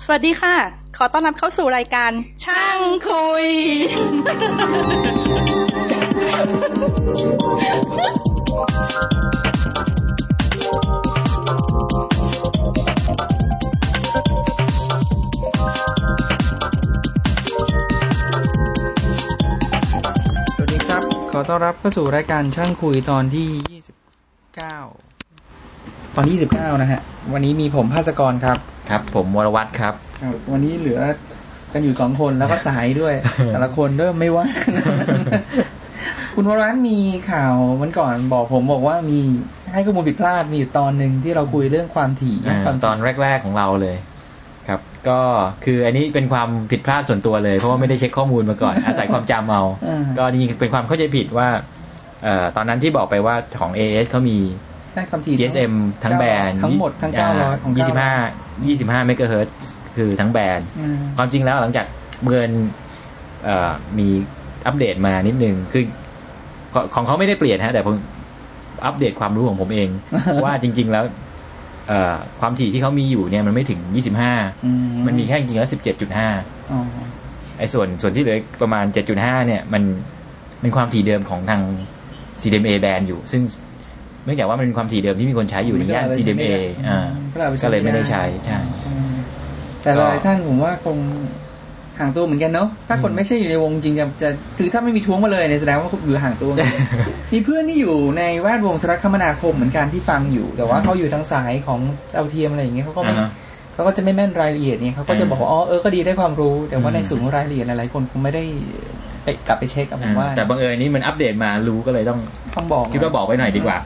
วัสดีค่ะขอต้อนรับเข้าสู่รายการช่างคุยสวัสดีครับขอต้อนรับเข้าสู่รายการช่างคุยตอนที่29ตอนที่29นะฮะวันนี้มีผมภาสกรครับครับผมวรวัฒน์ครับวันนี้เหลือกันอยู่2คนแล้วก็สายด้วย แต่ละคนเริ่มไม่ว่าง คุณวรวัฒน์มีข่าววันก่อนบอกว่ามีให้ข้อมูลผิดพลาดมีอยู่ตอนนึงที่เราคุยเรื่องความถี่ตอนแรกๆของเราเลยครับก็คืออันนี้เป็นความผิดพลาดส่วนตัวเลยเพราะว่าไม่ได้เช็คข้อมูลมาก่อน อาศัยความจำเอาก็จริงๆเป็นความเข้าใจผิดว่าตอนนั้นที่บอกไปว่าของ AS เขามี GSM ทั้งแบนด์ทั้งหมดทั้ง900ของ 25เมกะเฮิรตซ์คือทั้งแบนด์ความจริงแล้วหลังจากเมื่อมีอัปเดตมานิดนึงคือของเขาไม่ได้เปลี่ยนฮะแต่ผมอัปเดตความรู้ของผมเอง ว่าจริงๆแล้วความถี่ที่เขามีอยู่เนี่ยมันไม่ถึง25มันมีแค่จริงๆแล้ว 17.5 ไอ้ส่วนที่เหลือประมาณ 7.5 เนี่ยมันเป็นความถี่เดิมของทาง CDMA แบนด์อยู่ซึ่งเนื่องจากว่ามันเป็นความถี่เดิมที่มีคนใช้อยู่ในย่าน CDMA ก็เลยไม่ได้ใช้ใช่แต่หลายท่านผมว่าคงห่างตัวเหมือนกันเนาะถ้าคนไม่ใช่อยู่ในวงจริงจะคือถ้าไม่มีท้วงมาเลยเนี่ยแสดงว่าอยู่ห่างตัว มีเพื่อนที่อยู่ในแวดวงโทรคมนาคมเหมือนกันที่ฟังอยู่แต่ว่าเขาอยู่ทางสายของดาวเทียมอะไรอย่างเงี้ยเขาก็จะไม่แม่นรายละเอียดเนี่ยเขาก็จะบอกว่าก็ดีได้ความรู้แต่ว่าในส่วนของรายละเอียดหลายๆคนคงไม่ได้ไปกลับไปเช็คผมว่าแต่บังเอิญนี่มันอัปเดตมารู้ก็เลยต้องบอกคิดว่าบอกไว้หน่อยดีกว่า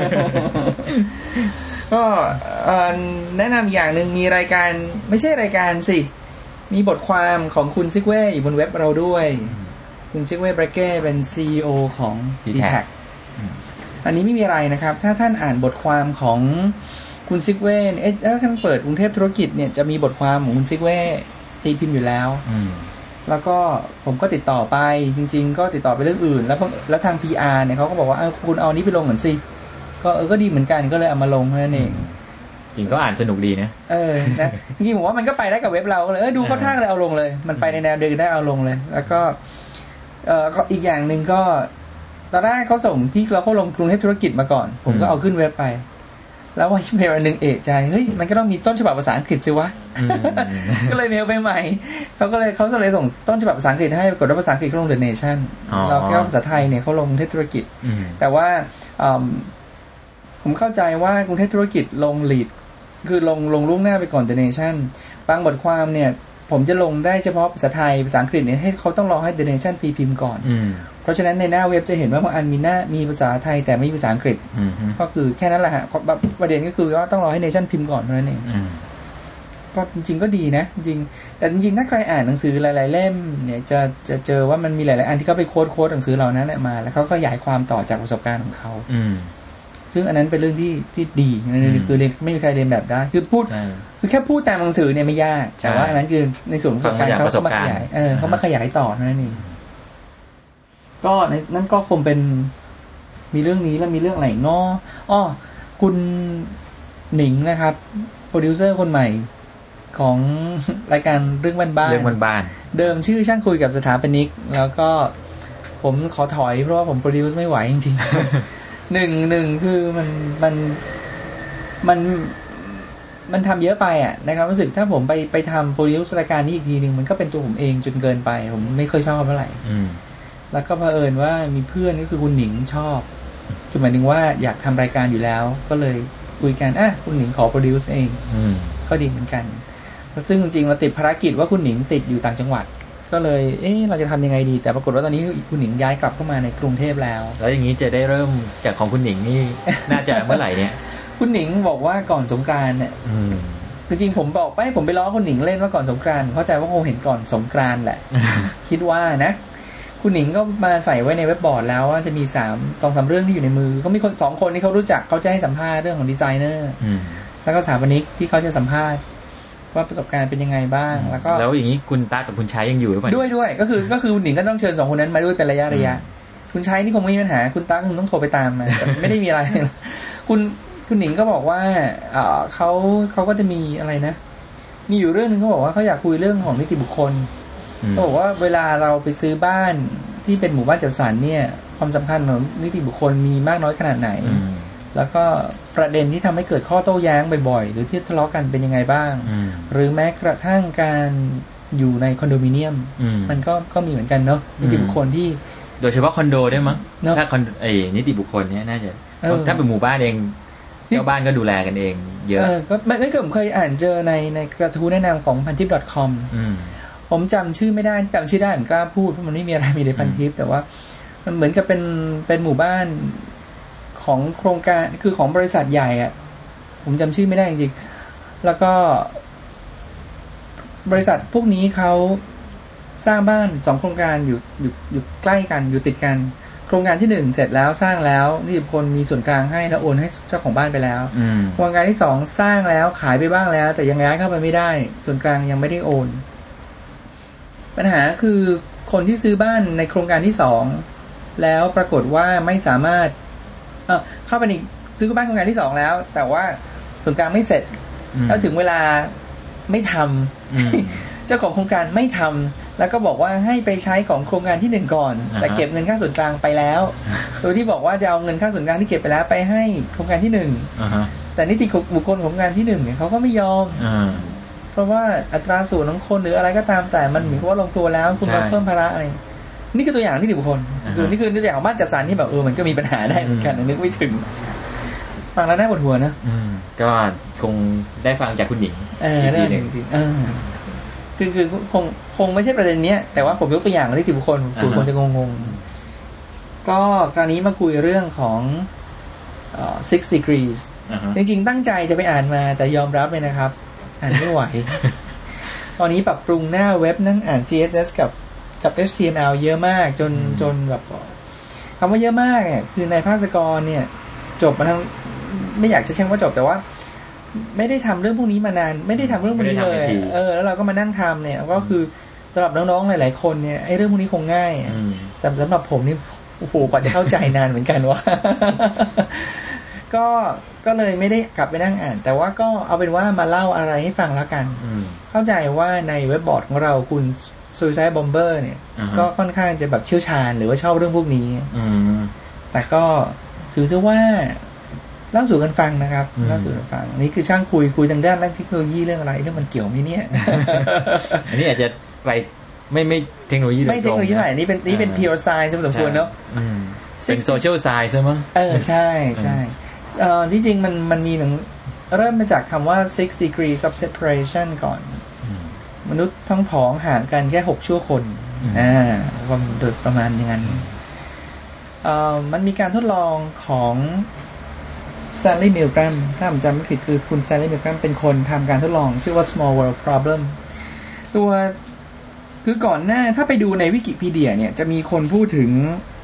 ก็แนะนำอย่างนึงมีรายการไม่ใช่รายการสิมีบทความของคุณซิกเว่อยู่บนเว็บเราด้วยคุณซิกเว่เบรเก้เป็น CEO ของ DTAC อันนี้ไม่มีอะไรนะครับถ้าท่านอ่านบทความของคุณซิกเว่ถ้าท่านเปิดกรุงเทพธุรกิจเนี่ยจะมีบทความของคุณซิกเว่ตีพิมพ์อยู่แล้วแล้วก็ผมก็ติดต่อไปจริงๆก็ติดต่อไปเรื่องอื่นแล้วทาง PR เนี่ยเขาก็บอกว่าคุณเอานี้ไปลงเหมือนสิก็ดีเหมือนกันก็เลยเอามาลงนั่นเองจริงก็อ่านสนุกดีนะนะจริงๆผมว่ามันก็ไปได้กับเว็บเราเลยดูเข้าทางเลยเอาลงเลยมันไปในแนวเดินได้เอาลงเลยแล้วก็อีกอย่างนึงก็ตอนแรกเขาส่งที่เราเข้าลงกรุงเทพธุรกิจมาก่อนผมก็เอาขึ้นเว็บไปแล้ววันเมลนึงเอะใจเฮ้ยมันก็ต้องมีต้นฉบับภาษาอังกฤษสิวะก็เลยเมลไปใหม่เขาเลยส่งต้นฉบับภาษาอังกฤษให้กดว่าภาษาอังกฤษเขาลง The Nation แล้วก็ภาษาไทยเนี่ยเขาลงกรุงเทพธุรกิจแต่ว่าผมเข้าใจว่ากรุงเทพธุรกิจลง lead คือลงล่วงหน้าไปก่อน The Nation บางบทความเนี่ยผมจะลงได้เฉพาะภาษาไทยภาษาอังกฤษเนี่ยให้เขาต้องรอให้ The Nation ตีพิมพ์ก่อนเพราะฉะนั้นในหน้าเว็บจะเห็นว่าบางอันมีภาษาไทยแต่ไม่มีภาษาอังกฤษก็คือแค่นั้นแหละฮะประเด็นก็คือว่าต้องรอให้ Nation พิมพ์ก่อนเท่านั้นเองก็จริงๆก็ดีนะจริงแต่จริงๆถ้าใครอ่านหนังสือหลายๆเล่มเนี่ยจะเจอว่ามันมีหลายๆอันที่เขาไปโค้ดหนังสือเหล่านั้นมาแล้วเขาก็ขยายความต่อจากประสบการณ์ของเขาซึ่งอันนั้นเป็นเรื่องที่ดีคือเรียนไม่มีใครเรียนแบบได้คือแค่พูดตามหนังสือเนี่ยไม่ยากแต่ว่าอันนั้นคือในส่วนของประสบการณ์เขามาขยายเขามาขยายต่อเท่านั้นเองก็นั่นก็คงเป็นมีเรื่องนี้แล้วมีเรื่องอะไรง้อคุณหนิงนะครับโปรดิวเซอร์คนใหม่ของรายการเรื่องบ้านเดิมชื่อช่างคุยกับสถาปนิกแล้วก็ผมขอถอยเพราะว่าผมโปรดิวซ์ไม่ไหวจริงๆหนึ่งคือมันทำเยอะไปอ่ะนะครับรู้สึกถ้าผมไปทำโปรดิวซ์รายการนี้อีกทีนึงมันก็เป็นตัวผมเองจนเกินไปผมไม่เคยชอบเท่าไหร่แล้วก็เผอิญว่ามีเพื่อนก็คือคุณหนิงชอบคือหมายถึงว่าอยากทำรายการอยู่แล้วก็เลยคุยกันคุณหนิงขอโปรดิวซ์เองก็ดีเหมือนกันซึ่งจริงๆเราติดภารกิจว่าคุณหนิงติดอยู่ต่างจังหวัดก็เลยเราจะทำยังไงดีแต่ปรากฏว่าตอนนี้คุณหนิงย้ายกลับเข้ามาในกรุงเทพแล้วอย่างนี้จะได้เริ่มจากของคุณหนิงนี่ น่าจะเมื่อไหร่เนี่ยคุณหนิงบอกว่าก่อนสงกรานต์เนี่ยจริงๆผมบอกไปผมไปล้อคุณหนิงเล่นว่าก่อนสงกรานต์เข้าใจว่าคงเห็นก่อนสงกรานต์แหละ คิดว่านะคุณหนิงก็มาใส่ไว้ในเว็บบอร์ดแล้วว่าจะมี2-3เรื่องที่อยู่ในมือเขามีคน2คนที่เขารู้จักเขาจะให้สัมภาษณ์เรื่องของดีไซเนอร์แล้วก็สถาปนิกที่เขาจะสัมภาษณ์ว่าประสบการณ์เป็นยังไงบ้างแล้วอย่างนี้คุณตากับคุณชัยยังอยู่หรือเปล่าด้วยก็คือคุณหนิงก็ต้องเชิญ2คนนั้นมาด้วยเป็นระยะคุณชัยนี่คงไม่มีปัญหาคุณตาคงต้องโทรไปตามมาแต่ไม่ได้มีอะไรคุณหนิงก็บอกว่าเขาก็จะมีอะไรนะมีอยู่เรื่องนึงเขาบอกว่าเขาอยากคุยเรื่องของนิติบุคคลเขาบอกว่าเวลาเราไปซื้อบ้านที่เป็นหมู่บ้านจัดสรรเนี่ยความสำคัญของนิติบุคคลมีมากน้อยขนาดไหนแล้วก็ประเด็นที่ทำให้เกิดข้อโต้แย้งบ่อยๆหรือที่ทะเลาะกันเป็นยังไงบ้างหรือแม้กระทั่งการอยู่ในคอนโดมิเนียมมันก็มีเหมือนกันเนาะนิติบุคคลที่โดยเฉพาะคอนโดได้มั้งถ้านิติบุคคลเนี้ยน่าจะถ้าเป็นหมู่บ้านเองเจ้าบ้านก็ดูแลกันเองเยอะก็ไม่ผมเคยอ่านเจอในกระทู้แนะนำของพันทิป .com ผมจำชื่อไม่ได้จำชื่อได้ผมกล้าพูดเพราะมันไม่มีอะไรมีในพันทิปแต่ว่ามันเหมือนกับเป็นหมู่บ้านของโครงการคือของบริษัทใหญ่อ่ะผมจำชื่อไม่ได้จริงๆแล้วก็บริษัทพวกนี้เขาสร้างบ้าน2โครงการอยู่ใกล้กันอยู่ติดกันโครงการที่1เสร็จแล้วสร้างแล้วนิติบุคคลมีส่วนกลางให้แล้วโอนให้เจ้าของบ้านไปแล้วโครงการที่2สร้างแล้วขายไปบ้างแล้วแต่ยังย้ายเข้าไปไม่ได้ส่วนกลางยังไม่ได้โอนปัญหาคือคนที่ซื้อบ้านในโครงการที่2แล้วปรากฏว่าไม่สามารถเข้าไปอีกซื้อบ้านโครงการที่2แล้วแต่ว่าส่วนกลางไม่เสร็จแล้วถึงเวลาไม่ทำเจ้าของโครงการไม่ทำแล้วก็บอกว่าให้ไปใช้ของโครงการที่1ก่อนแต่เก็บเงินค่าส่วนกลางไปแล้วโดยที่บอกว่าจะเอาเงินค่าส่วนกลางที่เก็บไปแล้วไปให้โครงการที่1แต่นิติบุคคลของโครงการที่1เนี่ยเขาก็ไม่ยอมเพราะว่าอัตราส่วนของคนหรืออะไรก็ตามแต่มันเหมือนกับว่าลงตัวแล้วคุณมาเพิ่มภาระอะไรนี่คือตัวอย่างนิติบุคคลนี่คือตัวอย่างของบ้านจัดสรรที่แบบมันก็มีปัญหาได้เหมือนกันนึกไม่ถึงฟังแล้วน่าปวดหัวนะก็คงได้ฟังจากคุณหญิงได้จริงคือคงไม่ใช่ประเด็นเนี้ยแต่ว่าผมยกตัวอย่างนิติบุคคลคนจะงงๆก็คราวนี้มาคุยเรื่องของ6 degrees จริงๆตั้งใจจะไปอ่านมาแต่ยอมรับเลยนะครับอ่านไม่ไหวตอนนี้ปรับปรุงหน้าเว็บนั่งอ่าน CSS กับ HTML เยอะมากจนแบบคำว่าเยอะมากเนี่ยคือในภาคกรเนี่ยจบมาทั้งไม่อยากจะเชื่อว่าจบแต่ว่าไม่ได้ทำเรื่องพวกนี้มานานไม่ได้ทำเรื่องพวกนี้เลยแล้วเราก็มานั่งทำเนี่ยก็คือสำหรับน้องๆหลายๆคนเนี่ยไอ้เรื่องพวกนี้คงง่ายแต่สำหรับผมนี่โอ้โหกว่าจะเข้าใจนานเหมือนกันว่าก็เลยไม่ได้กลับไปนั่งอ่านแต่ว่าก็เอาเป็นว่ามาเล่าอะไรให้ฟังแล้วกันเข้าใจว่าในเว็บบอร์ดของเราคุณSuicide Bomber เนี่ยก็ค่อนข้างจะแบบเชี่ยวชาญหรือว่าชอบเรื่องพวกนี้แต่ก็ถือซะว่าเล่าสู่กันฟังนะครับเล่าสู่กันฟังนี่คือช่างคุยทางด้านเทคโนโลยีเรื่องอะไรเรื่องมันเกี่ยวมั้ยเนี่ยอันนี้อาจจะไปไม่เทคโนโลยีไม่เทคโนโลยีเท่าไหร่นี่เป็น pure science สมควรเนาะเป็น social science ใช่มั้งใช่ที่จริงมันมีหนึ่งเริ่มมาจากคำว่า6 degrees of separation ก่อนมนุษย์ทั้งผองห่างกันแค่6ชั่วคนความโดยประมาณอย่างนั้นมันมีการทดลองของStanley Milgram ถ้าผมจำไม่ผิดคือคุณ Stanley Milgram เป็นคนทำการทดลองชื่อว่า Small World Problem ตัวคือก่อนหน้าถ้าไปดูในวิกิพีเดียเนี่ยจะมีคนพูดถึง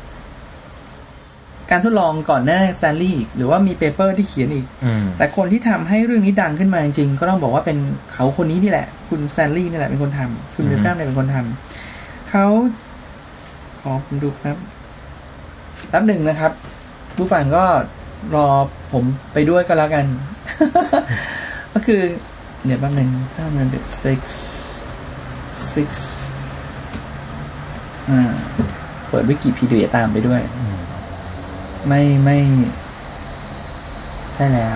การทดลองก่อนหน้า Stanley หรือว่ามีเปเปอร์ที่เขียนอีกแต่คนที่ทำให้เรื่องนี้ดังขึ้นมาจริงๆก็ต้องบอกว่าเป็นเขาคนนี้นี่แหละคุณ Stanley นี่แหละเป็นคนทำคุณ Milgram เนี่ยเป็นคนทำเขาขอผมดูครับแป๊บหนึ่งนะครับผู้ฟังก็รอผมไปด้วยก็แล้วกัน ก็คือเนี่ยแป๊บนึงถ้ามันเป็น6เปิดวิกิพีเดียตามไปด้วยไม่ใช่แล้ว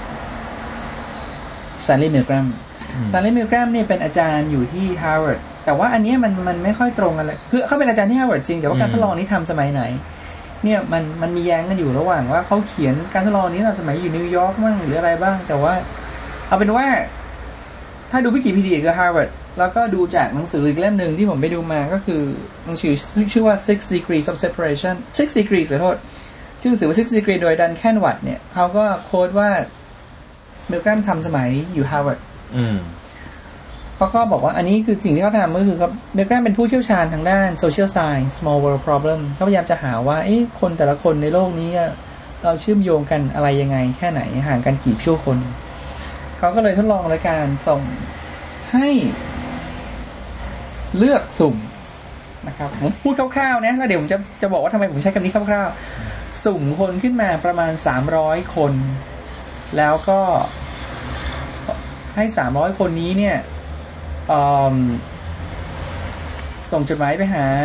Stanley Milgram Stanley Milgram เนี่ยเป็นอาจารย์อยู่ที่ Harvard แต่ว่าอันนี้มันไม่ค่อยตรงกันเลยคือเขาเป็นอาจารย์ที่ Harvard จริงแต่ว่าการทดลองนี้ทำสมัยไหนเนี่ยมันมีแย้งกันอยู่ระหว่างว่าเขาเขียนการทดลองนี้ตอนสมัยอยู่นิวยอร์กบ้างหรืออะไรบ้างแต่ว่าเอาเป็นว่าถ้าดูวิกิพีเดียคือ Harvard แล้วก็ดูจากหนังสืออีกเล่มนึงที่ผมไปดูมาก็คือหนังสือชื่อว่า6 degrees of separation 6 degrees ขอโทษชื่อหนังสือว่า6 degrees โดยดันแคนวัตเนี่ยเขาก็โค้ดว่ามิลแกรมทำสมัยอยู่ Harvardเขาก็บอกว่าอันนี้คือสิ่งที่เขาทำก็คือครับมิลแกรมเป็นผู้เชี่ยวชาญทางด้าน social science small world problem เขาพยายามจะหาว่าคนแต่ละคนในโลกนี้เราเชื่อมโยงกันอะไรยังไงแค่ไหนห่างกันกี่ชั่วคนเขาก็เลยทดลองรายการส่งให้เลือกสุ่มนะครับผมพูดคร่าวๆนะแล้วเดี๋ยวผมจะบอกว่าทำไมผมใช้คำนี้คร่าวๆสุ่มคนขึ้นมาประมาณ300คนแล้วก็ให้300คนนี้เนี่ยส่งจดหมายไปหา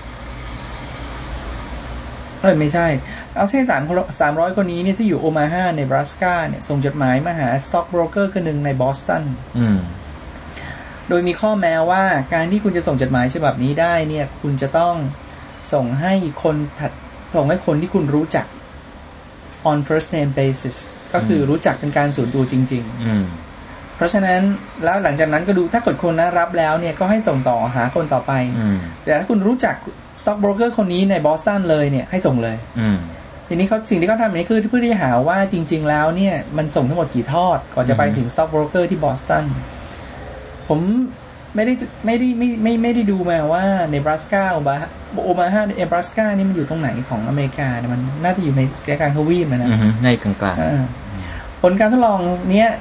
ไม่ใช่เอาเส้น300คนนี้เนี่ยที่อยู่โอมาฮาในบรัสกาเนี่ยส่งจดหมายมาหาสต็อกโบรกเกอร์คนหนึ่งในบอสตันโดยมีข้อแม้ว่าการที่คุณจะส่งจดหมายฉบับนี้ได้เนี่ยคุณจะต้องส่งให้คนที่คุณรู้จัก on first name basis ก็คือรู้จักเป็นการส่วนตัวจริงๆเพราะฉะนั้นแล้วหลังจากนั้นก็ดูถ้าเกิดคนนั้นรับแล้วเนี่ยก็ให้ส่งต่อหาคนต่อไปแต่ถ้าคุณรู้จัก stock broker คนนี้ในบอสตันเลยเนี่ยให้ส่งเลยทีนี้สิ่งที่เขาทำนี่คือเพื่อที่หาว่าจริงๆแล้วเนี่ยมันส่งทั้งหมดกี่ทอดก่อนจะไปถึง stock broker ที่บอสตันผมไม่ได้ดูมาว่าเนบราสกาโอมาฮาเนบราสกานี่มันอยู่ตรงไหนของอเมริกาเนี่ยมันน่าจะอยู่ในกลางทวีปนะในกลางๆผลการทดลองเนี้ย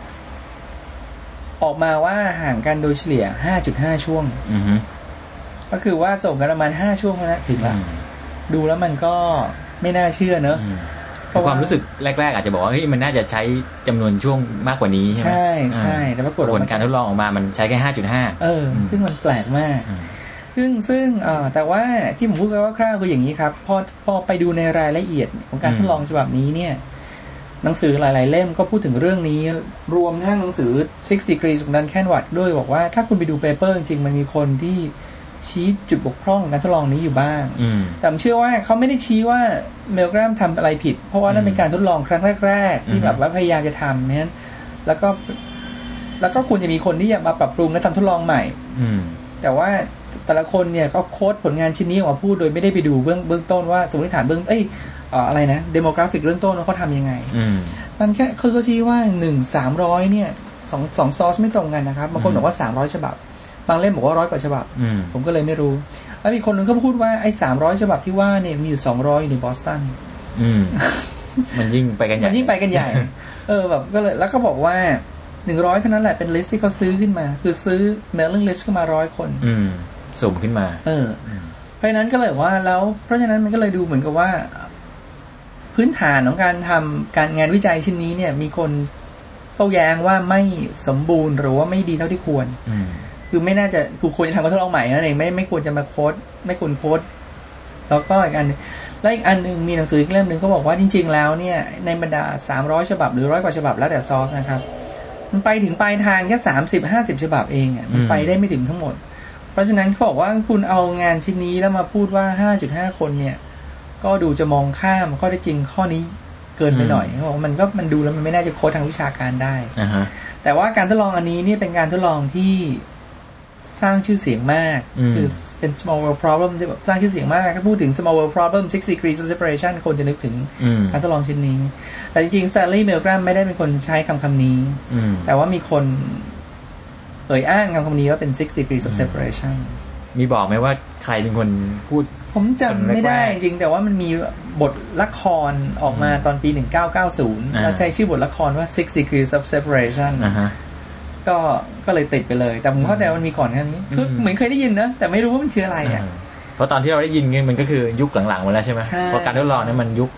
ออกมาว่าห่างกันโดยเฉลี่ย 5.5 ช่วงก็คือว่าส่งกันประมาณ5ช่วงแล้วถึงละดูแล้วมันก็ไม่น่าเชื่อเนอะความรู้สึกแรกๆอาจจะบอกว่าเฮ้ยมันน่าจะใช้จำนวนช่วงมากกว่านี้ใช่ไหมใช่แต่ปรากฏผลการทดลองออกมามันใช้แค่5.5 ซึ่งมันแปลกมากซึ่งแต่ว่าที่ผมพูดกันว่าคร่าวๆคืออย่างนี้ครับพอไปดูในรายละเอียดของการทดลองฉบับนี้เนี่ยหนังสือหลายๆเล่มก็พูดถึงเรื่องนี้รวมทั้งหนังสือ6 degrees ของดันแคนวัตด้วยบอกว่าถ้าคุณไปดูเปเปอร์จริงๆมันมีคนที่ชี้จุดบกพร่องของการทดลองนี้อยู่บ้างแต่ผมเชื่อว่าเขาไม่ได้ชี้ว่าเมลแกรมทำอะไรผิดเพราะว่านั่นเป็นการทดลองครั้งแรกๆที่แบบว่าพยายามจะทำเนี่ยแล้วก็ควรจะมีคนที่จะมาปรับปรุงและทำทดลองใหม่แต่ว่าแต่ละคนเนี่ยก็โค้ดผลงานชิ้นนี้ออกมาพูดโดยไม่ได้ไปดูเบื้องต้นว่าสมมติฐานเบื้องอะไรนะเดโมกราฟิกเบื้องต้นว่าเขาทำยังไงนั่นแค่คือเขาชี้ว่า1-300เนี่ยสองซอสไม่ตรงกันนะครับบางคนบอกว่า300ฉบับบางเล่มบอกว่า100กว่าฉบับผมก็เลยไม่รู้แล้วมีคนนึงก็พูดว่าไอ้300ฉบับที่ว่าเนี่ยมีอยู่200อยู่ในบอสตันมันยิ่งไปกันใหญ่มันยิ่งไปกันใหญ่แบบก็เลยแล้วก็บอกว่า100เท่านั้นแหละเป็นลิสต์ที่เขาซื้อขึ้นมาคือซื้อ mailing list ขึ้นมา100คนสุ่มขึ้นมาเพราะฉะนั้นก็เลยว่าแล้วเพราะฉะนั้นมันก็เลยดูเหมือนกับว่าพื้นฐานของการทำการงานวิจัยชิ้นนี้เนี่ยมีคนโต้แย้งว่าไม่สมบูรณ์หรือว่าไม่ดีเท่าที่ควรคือไม่น่าจะควรจะทำการทดลองใหม่นั่นเองไม่ควรจะมาโค้ดไม่ควรโค้ดแล้วก็อีกอันนึงมีหนังสืออีกเล่มนึงก็บอกว่าจริงๆแล้วเนี่ยในบรรดา300ฉบับหรือ100กว่าฉบับแล้วแต่ซอสนะครับมันไปถึงปลายทางแค่30-50ฉบับเองอ่ะมันไปได้ไม่ถึงทั้งหมดเพราะฉะนั้นเขาบอกว่าคุณเอางานชิ้นนี้แล้วมาพูดว่า 5.5 คนเนี่ยก็ดูจะมองข้ามข้อได้จริงข้อนี้เกินไปหน่อยเขาบอกมันดูแล้วมันไม่น่าจะโค้ดทางวิชาการได้แต่ว่าการทดลองอันนี้นี่เป็นการทดลองที่สร้างชื่อเสียงมากคือเป็น small world problem ที่แบบสร้างชื่อเสียงมากถ้าพูดถึง small world problem 6 degrees of separation คนจะนึกถึงการทดลองชิ้นนี้แต่จริงๆ Stanley Milgram ไม่ได้เป็นคนใช้คำนี้แต่ว่ามีคนอ้างคำนี้ว่าเป็น6 degrees of separation มีบอกไหมว่าใครเป็นคนพูดผมจำไม่ได้จริงแต่ว่ามันมีบทละครออกมาตอนปี1990แล้วใช้ชื่อบทละครว่า 6 degrees of separationก็เลยติดไปเลยแต่ผมเข้าใจว่ามันมีก่อนแค่นี้คือเหมือนเคยได้ยินนะแต่ไม่รู้ว่ามันคืออะไรอ่ะเพราะตอนที่เราได้ยินมันก็คือยุคหลังๆมาแล้วใช่ไหมเพราะการทดลองนั้นมันยุค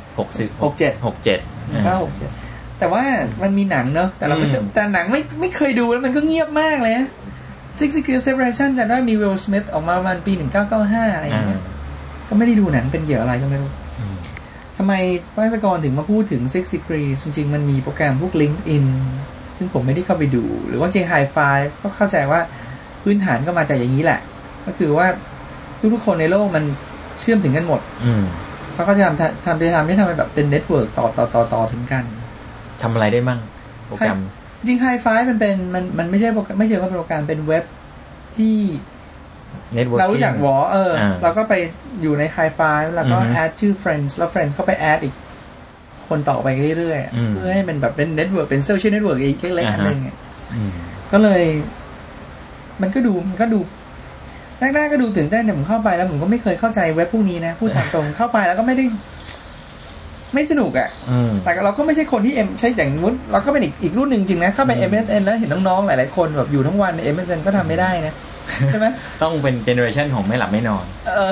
67แต่ว่ามันมีหนังเนอะแต่เราแต่หนังไม่เคยดูแล้วมันก็เงียบมากเลยนะ6 degrees of separation จำได้มีวิลสมิธออกมาประมาณปี1995อะไรอย่างเงี้ยก็ไม่ได้ดูหนังเป็นเกี่ยวอะไรก็ไม่รู้ทำไมภาสกรถึงมาพูดถึง6 degrees จริงๆมันมีโปรแกรมพวก LinkedInซึ่งผมไม่ได้เข้าไปดูหรือว่าจริง High Five ก็เข้าใจว่าพื้นฐานก็มาจากอย่างนี้แหละก็คือว่าทุกคนในโลกมันเชื่อมถึงกันหมดเพราะเขาจะทำให้แบบเป็นเน็ตเวิร์กต่อถึงกันทำอะไรได้มั่งโปรแกรมจริง High Five มันไม่ใช่ว่าโปรแกรมเป็นเว็บที่เรารู้จักวอเราก็ไปอยู่ใน High Five แล้วก็ add ชื่อ friends แล้ว friends ก็ไป add อีกคนต่อไปเรื่อยๆเพื่อให้มันแบบเป็นเน็ตเวิร์กเป็นโซเชียลเน็ตเวิร์กอีกเล็กๆอันนึงก็เลยมันก็ดูแรกๆก็ดูตื่นเต้นแต่ผมเข้าไปแล้วผมก็ไม่เคยเข้าใจเว็บพวกนี้นะพูดตามตรงเข้าไปแล้วก็ไม่สนุกอ่ะแต่เราก็ไม่ใช่คนที่ใช้อย่างนู้นเราก็เป็นอีกรุ่นหนึ่งจริงนะเข้าไป MSN แล้วเห็นน้องๆหลายๆคนแบบอยู่ทั้งวันใน MSN ก็ทำไม่ได้นะใช่ไหมต้องเป็นเจเนอเรชันของไม่หลับไม่นอน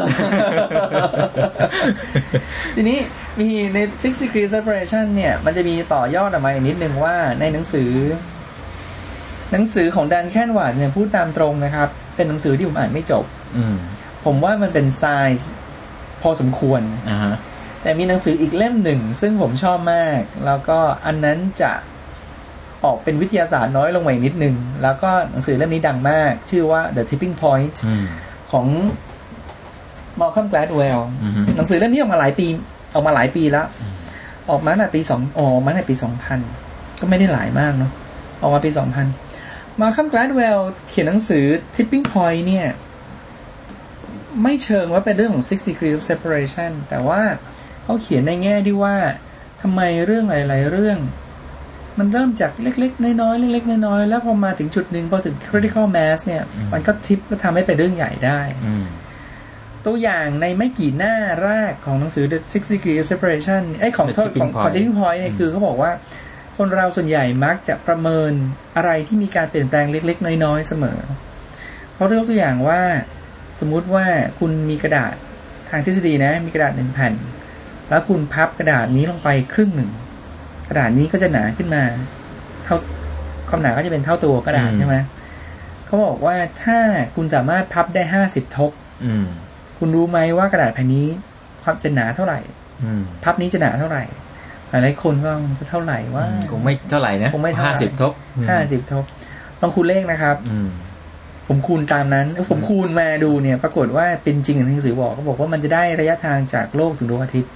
ทีนี้มีใน6 degrees separation เนี่ยมันจะมีต่อยอดออกมาอีกนิดนึงว่าในหนังสือหนังสือของดันแคนวาร์ดเนี่ยพูดตามตรงนะครับเป็นหนังสือที่ผมอ่านไม่จบผมว่ามันเป็นไซส์พอสมควรแต่มีหนังสืออีกเล่มหนึ่งซึ่งผมชอบมากแล้วก็อันนั้นจะออกเป็นวิทยาศาสตร์น้อยลงมาอีกนิดนึงแล้วก็หนังสือเล่มนี้ดังมากชื่อว่า The Tipping Point ของMalcolm Gladwell หนังสือเล่มนี้ออกมาหลายปีแล้วออกมาในปี2000ก็ไม่ได้หลายมากเนาะออกมาปี2000 Malcolm Gladwell เขียนหนังสือ Tipping Point เนี่ยไม่เชิงว่าเป็นเรื่องของ Six Degrees of Separation แต่ว่าเขาเขียนในแง่ที่ว่าทำไมเรื่องหลายๆเรื่องมันเริ่มจากเล็กๆน้อยๆเล็กๆน้อยๆแล้วพอมาถึงจุดหนึ่งพอถึง critical mass เนี่ยมันก็ทิปก็ทำให้เป็นเรื่องใหญ่ได้ตัวอย่างในไม่กี่หน้าแรกของหนังสือ The Six Degrees of Separation ของ Tipping Point เนี่ยคือเขาบอกว่าคนเราส่วนใหญ่มักจะประเมินอะไรที่มีการเปลี่ยนแปลงเล็กๆน้อยๆเสมอเขายกตัวอย่างว่าสมมุติว่าคุณมีกระดาษทางทฤษฎีนะมีกระดาษ1แผ่นแล้วคุณพับกระดาษนี้ลงไปครึ่งหนึ่งกระดาษนี้ก็จะหนาขึ้นมาเท่าความหนาก็จะเป็นเท่าตัวกระดาษใช่ไหมเขาบอกว่าถ้าคุณสามารถพับได้50 ทบคุณรู้ไหมว่ากระดาษแผ่นนี้ความจะหนาเท่าไหร่พับนี้จะหนาเท่าไหร่หลายคนก็จะเท่าไหร่ว่าคงไม่เท่าไหร่นะคงไม่ 50 ทบ 50 ทบลองคูณเลขนะครับผมคูณตามนั้นผมคูณมาดูเนี่ยปรากฏว่าเป็นจริงอย่างที่หนังสือบอกเขาบอกว่ามันจะได้ระยะทางจากโลกถึงดวงอาทิตย์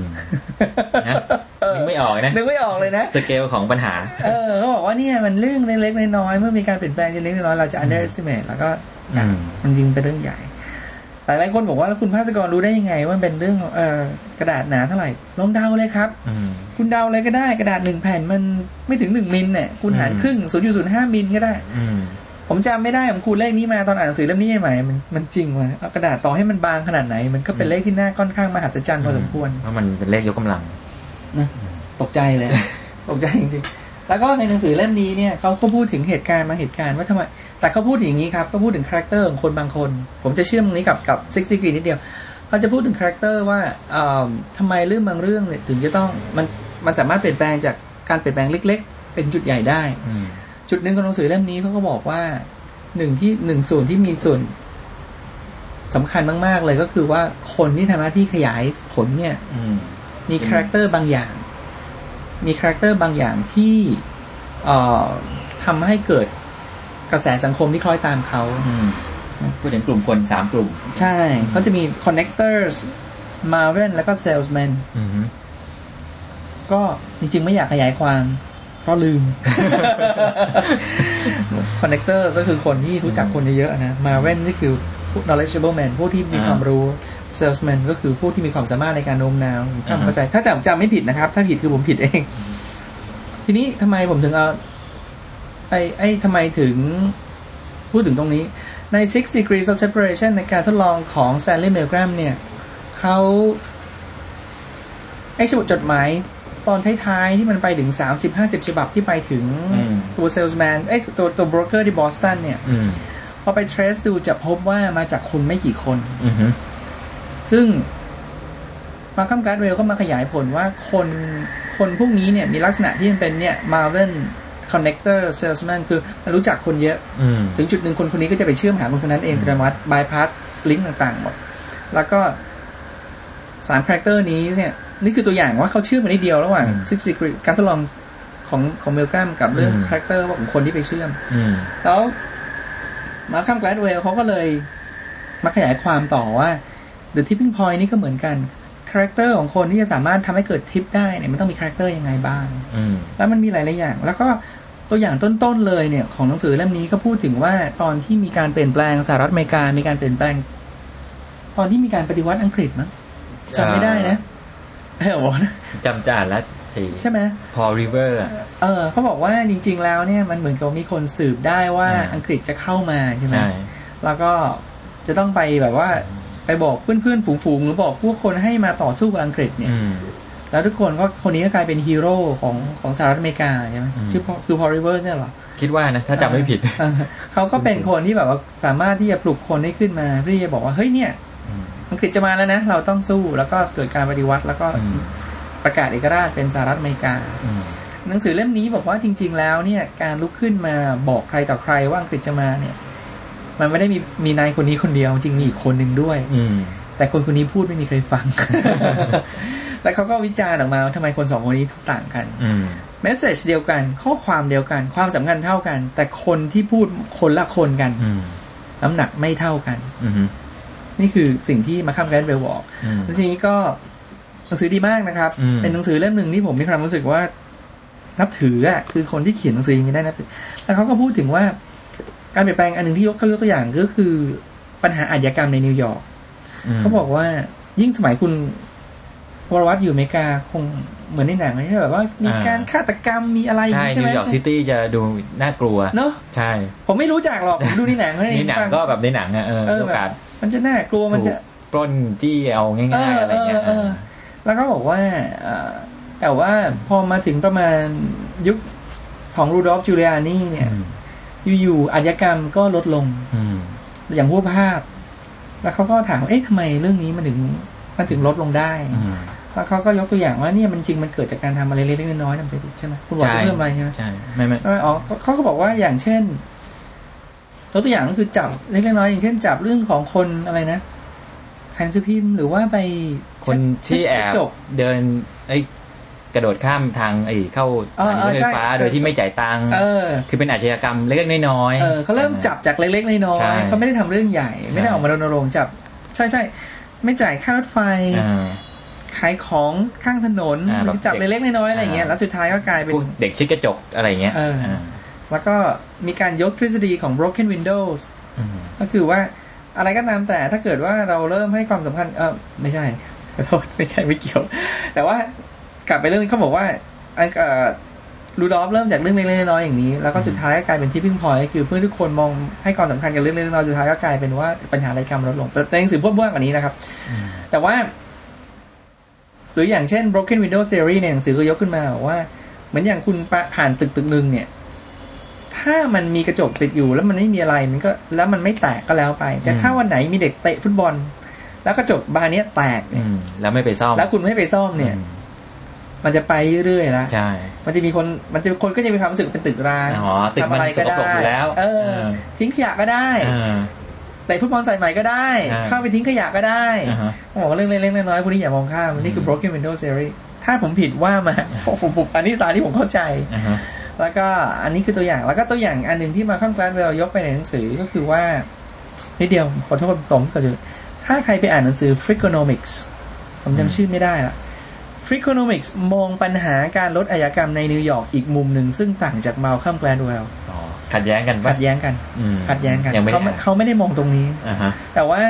นึกไม่ออกนะนึกไม่ออกเลยนะสเกลของปัญหาเขาบอกว่าเนี่ยมันเรื่องเล็กๆน้อยๆเมื่อมีการเปลี่ยนแปลงเล็กๆน้อยๆเราจะ underestimate แล้วก็มันจริงเป็นเรื่องใหญ่หลายคนบอกว่าแล้วคุณภาสกรรู้ได้ยังไงว่าเป็นเรื่องกระดาษหนาเท่าไหร่ลองเดาเลยครับคุณเดาเลยก็ได้กระดาษ1แผ่นมันไม่ถึง1มิลเนี่ยคุณหารครึ่ง 0.05 มิลก็ได้ผมจำไม่ได้ผมคูณเลขนี้มาตอนอ่านหนังสือเล่มนี้ใหม่มันจริงว่ะเอากระดาษต่อให้มันบางขนาดไหนมันก็เป็นเลขที่น่าค่อนข้างมหัศจรรย์พอสมควรเพราะมันเป็นเลขยกกำลังนะตกใจเลย ตกใจจริงๆแล้วก็ในหนังสือเล่มนี้เนี่ยเขาก็พูดถึงเหตุการณ์ว่าทำไมแต่เขาพูดอย่างนี้ครับก็พูดถึงคาแรคเตอร์ของคนบางคนผมจะเชื่อมตรงนี้กับSix Degreesนิดเดียวเขาจะพูดถึงคาแรคเตอร์ว่าทำไมเรื่องบางเรื่องเนี่ยถึงจะต้องมันสามารถเปลี่ยนแปลงจากการเปลี่ยนแปลงเล็กๆเป็นจุดใหญ่ได้จุดนึงของหนังสือเล่มนี้เขาก็บอกว่าหนึ่งส่วนที่มีส่วนสำคัญมากๆเลยก็คือว่าคนที่ทำหน้าที่ขยายผลเนี่ยมีคาแรคเตอร์บางอย่างที่ทำให้เกิดกระแสสังคมที่คล้อยตามเขาพูดถึงกลุ่มคน3กลุ่มใช่เขาจะมี connectors marvel แล้วก็ salesman ก็จริงๆไม่อยากขยายความเพราะลืม connector ก็คือคนที่รู้จักคนเยอะๆนะ marvel นี่คือ knowledgeable man ผู้ที่มีความรู้ salesman ก็คือผู้ที่มีความสามารถในการโน้มน้าวถ้าเข้าใจถ้าจำไม่ผิดนะครับถ้าผิดคือผมผิดเองทีนี้ทำไมผมถึงเอาทำไมถึงพูดถึงตรงนี้ใน Six Degrees of Separation ในการทดลองของ Stanley Milgram เนี่ยเขาจดหมายตอนท้ายๆที่มันไปถึง 30-50 ฉบับที่ไปถึงตัว salesman ตัว broker ที่บอสตันเนี่ยพอไป trace ดูจะพบว่ามาจากคนไม่กี่คนซึ่งMalcolm Gladwell ก็มาขยายผลว่าคนพวกนี้เนี่ยมีลักษณะที่มันเป็นเนี่ย Marvel connector salesman คือมันรู้จักคนเยอะถึงจุดหนึ่งคนนี้ก็จะไปเชื่อมหาคนนั้นเองอัตโนมัติ bypass link ต่างๆหมดแล้วก็3 character นี้เนี่ยนี่คือตัวอย่างว่าเขาเชื่อมกันนิดเดียวระหว่าง Six Degrees การทดลองของ Milgram กับเรื่อง character ของคนที่ไปเชื่อมแล้ว Malcolm Gladwell เขาก็เลยมาขยายความต่อว่า The Tipping Point นี่ก็เหมือนกันคาแรคเตอร์ของคนที่จะสามารถทำให้เกิดทิปได้เนี่ยมันต้องมีคาแรคเตอร์ยังไงบ้างแล้วมันมีหลายๆอย่างแล้วก็ตัวอย่างต้นๆเลยเนี่ยของหนังสือเล่มนี้ก็พูดถึงว่าตอนที่มีการเปลี่ยนแปลงสหรัฐอเมริกามีการเปลี่ยนแปลงตอนที่มีการปฏิวัติอังกฤษมั้งจำไม่ได้นะจำอ่านแล้วใช่ไหมพอริเวอร์เขาบอกว่าจริงๆแล้วเนี่ยมันเหมือนกับมีคนสืบได้ว่าอังกฤษจะเข้ามาใช่ไหมแล้วก็จะต้องไปแบบว่าไปบอกเพื่อนๆฝูงๆหรือบอกพวกคนให้มาต่อสู้กับอังกฤษเนี่ยแล้วทุกคนก็คนนี้ก็กลายเป็นฮีโร่ของสหรัฐอเมริกาใช่ไหมคือพอริเวอร์ใช่หรอคิดว่านะถ้าจำไม่ผิดเขาก็เป็นคนที่แบบว่าสามารถที่จะปลุกคนให้ขึ้นมาเพื่อจะบอกว่าเฮ้ยเนี่ยอังกฤษจะมาแล้วนะเราต้องสู้แล้วก็เกิดการปฏิวัติแล้วก็ประกาศเอกราชเป็นสหรัฐอเมริกาหนังสือเล่มนี้บอกว่าจริงๆแล้วเนี่ยการลุกขึ้นมาบอกใครต่อใครว่าอังกฤษจะมาเนี่ยมันไม่ได้มีนายคนนี้คนเดียวจริงมีอีกคนหนึ่งด้วยแต่คนนี้พูดไม่มีใครฟัง แล้วเขาก็วิจารณ์ออกมาว่าทำไมคนสองคนนี้ต่างกันเมสเสจเดียวกันข้อความเดียวกันความสำคัญเท่ากันแต่คนที่พูดคนละคนกันน้ำหนักไม่เท่ากันนี่คือสิ่งที่มาคัมแกรนเบลบอกแล้วทีนี้ก็หนังสือดีมากนะครับเป็นหนังสือเล่มหนึ่งที่ผมมีความรู้สึกว่านับถืออ่ะคือคนที่เขียนหนังสืออย่างนี้ได้นับถือแล้วเขาก็พูดถึงว่าการเปลี่ยนแปลงอันหนึ่งที่เขายกตัวอย่างก็คือปัญหาอาชญากรรมในนิวยอร์กเขาบอกว่ายิ่งสมัยคุณวรวัฒน์อยู่อเมริกาคงเหมือนในหนังใช่แบบว่ามีการฆาตกรรมมีอะไรใช่ไหมนิวยอร์กซิตี้จะดูน่ากลัวเนาะใช่ผมไม่รู้จักหรอกผมดูในหนังในหนังก็แบบในหนังอ่ะโอกาสมันจะน่ากลัวมันจะปล้นจี้เอาง่ายๆอะไรเงี้ยแล้วก็บอกว่าแต่ว่าพอมาถึงประมาณยุคของรูดอล์ฟจูเลียนีเนี่ยอยู่ๆอาชญากรรมก็ลดลงอย่างพวกภาพแล้วเขาก็ถามเอ๊ะทำไมเรื่องนี้มันถึงลดลงได้แล้วเขาก็ยกตัวอย่างว่าเนี่ยมันจริงมันเกิดจากการทำอะไรเล็กๆน้อยๆทำไปใช่ไหมคุณบอกเพิ่มอะไรใช่ไหมใช่ไม่อ๋อเขาก็บอกว่าอย่างเช่นตัวอย่างก็คือจับเล็กๆน้อยๆอย่างเช่นจับเรื่องของคนอะไรนะขายหนังสือพิมพ์หรือว่าไปคนที่แอบเดินกระโดดข้ามทางเข้าทางรถไฟฟ้าโดยที่ไม่จ่ายตังค์คือเป็นอาชญากรรมเล็กๆน้อยๆเขาเริ่มจับจากเล็กๆน้อยๆเขาไม่ได้ทำเรื่องใหญ่ไม่ได้ออกมารณรงค์จับใช่ๆไม่จ่ายค่ารถไฟขายของข้างถนนจับเล็กๆน้อยๆอะไรอย่างเงี้ยแล้วสุดท้ายก็กลายเป็นเด็กชิดกระจกอะไรเงี้ยแล้วก็มีการยกทฤษฎีของ broken windows ก็คือว่าอะไรก็ตามแต่ถ้าเกิดว่าเราเริ่มให้ความสำคัญไม่ใช่ขอโทษไม่ใช่ไม่เกี่ยวแต่ว่ากลับไปเรื่องเขาบอกว่ารูดอล์ฟเริ่มจากเรื่องเล็กๆน้อยๆอย่างนี้แล้วก็สุดท้ายก็กลายเป็นที่พึ่งพอคือเพื่อทุกคนมองให้ความสำคัญกับเรื่องเล็กๆน้อยๆสุดท้ายก็กลายเป็นว่าปัญหาอาชญากรรมลดลงแต่หนังสือพวกกว่านี้นะครับแต่ว่าหรืออย่างเช่น broken window theory ในหนังสือก็ยกขึ้นมาว่าเหมือนอย่างคุณผ่านตึกนึงเนี่ยถ้ามันมีกระจกติดอยู่แล้วมันไม่มีอะไรมันก็แล้วมันไม่แตกก็แล้วไปแต่ถ้าวันไหนมีเด็กเตะฟุตบอลแล้วกระจกบานนี้แตกเนี่ยแล้วไม่ไปซ่อมแล้วคุณไม่ไปซ่อมเนี่ยมันจะไปเรื่อยๆแล้วใช่มันจะมีคนก็จะมีความรู้สึกเป็นตึกร้างทำอะไรก็ได้แล้วทิ้งขยะก็ได้แต่ฟุตบอลใส่ใหม่ก็ได้เข้าไปทิ้งขยะก็ได้บอกว่าเรื่องเล็กๆน้อยๆพวกนี้อย่ามองข้ามนี่คือ broken window theory ถ้าผมผิดว่ามาผมอันนี้ตามที่ผมเข้าใจแล้วก็อันนี้คือตัวอย่างแล้วก็ตัวอย่างอันนึงที่มาข้ามกลางเวลายกไปในหนังสือก็คือว่านิดเดียวขอโทษผมก็คือถ้าใครไปอ่านหนังสือ Freakonomics ผมจำชื่อไม่ได้ละ Freakonomics มองปัญหาการลดอาชญากรรมในนิวยอร์กอีกมุมหนึ่งซึ่งต่างจากมาลคัม แกลดเวลขัดแย้งกันเขาไม่ได้มองตรงนี้แต่ว่า